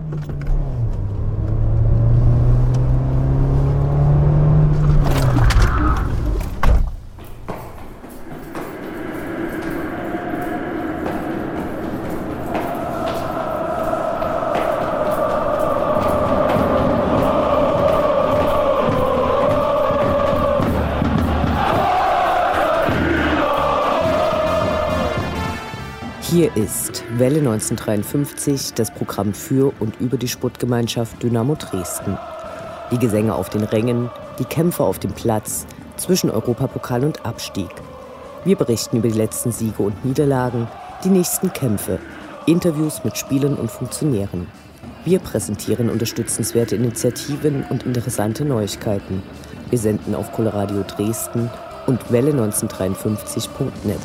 Hier ist Welle 1953, das Programm für und über die Sportgemeinschaft Dynamo Dresden. Die Gesänge auf den Rängen, die Kämpfe auf dem Platz, zwischen Europapokal und Abstieg. Wir berichten über die letzten Siege und Niederlagen, die nächsten Kämpfe, Interviews mit Spielern und Funktionären. Wir präsentieren unterstützenswerte Initiativen und interessante Neuigkeiten. Wir senden auf Coloradio Dresden und Welle1953.net.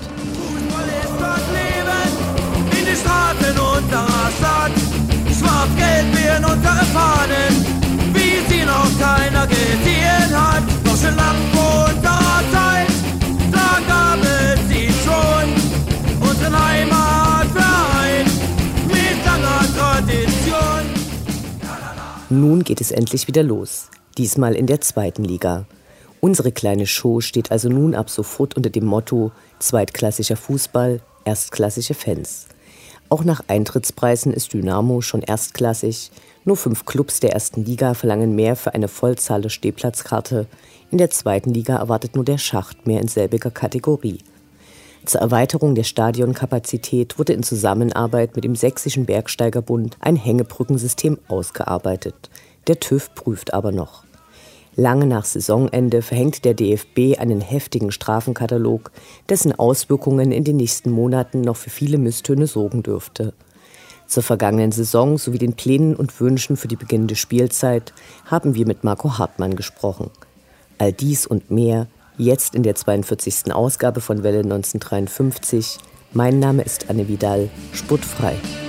Unserer Stadt, schwarz-gelb werden unsere Fahnen, wie sie noch keiner gesehen hat. Doch schon lang vor unserer Zeit, da gab es sie schon, unseren Heimatverein mit langer Tradition. Nun geht es endlich wieder los, diesmal in der 2. Liga. Unsere kleine Show steht also nun ab sofort unter dem Motto zweitklassischer Fußball, erstklassige Fans. Auch nach Eintrittspreisen ist Dynamo schon erstklassig. Nur 5 Clubs der 1. Liga verlangen mehr für eine Vollzahl der Stehplatzkarte. In der 2. Liga erwartet nur der Schacht mehr in selbiger Kategorie. Zur Erweiterung der Stadionkapazität wurde in Zusammenarbeit mit dem Sächsischen Bergsteigerbund ein Hängebrückensystem ausgearbeitet. Der TÜV prüft aber noch. Lange nach Saisonende verhängt der DFB einen heftigen Strafenkatalog, dessen Auswirkungen in den nächsten Monaten noch für viele Misstöne sorgen dürfte. Zur vergangenen Saison sowie den Plänen und Wünschen für die beginnende Spielzeit haben wir mit Marco Hartmann gesprochen. All dies und mehr jetzt in der 42. Ausgabe von Welle 1953. Mein Name ist Anne Vidal, sportfrei.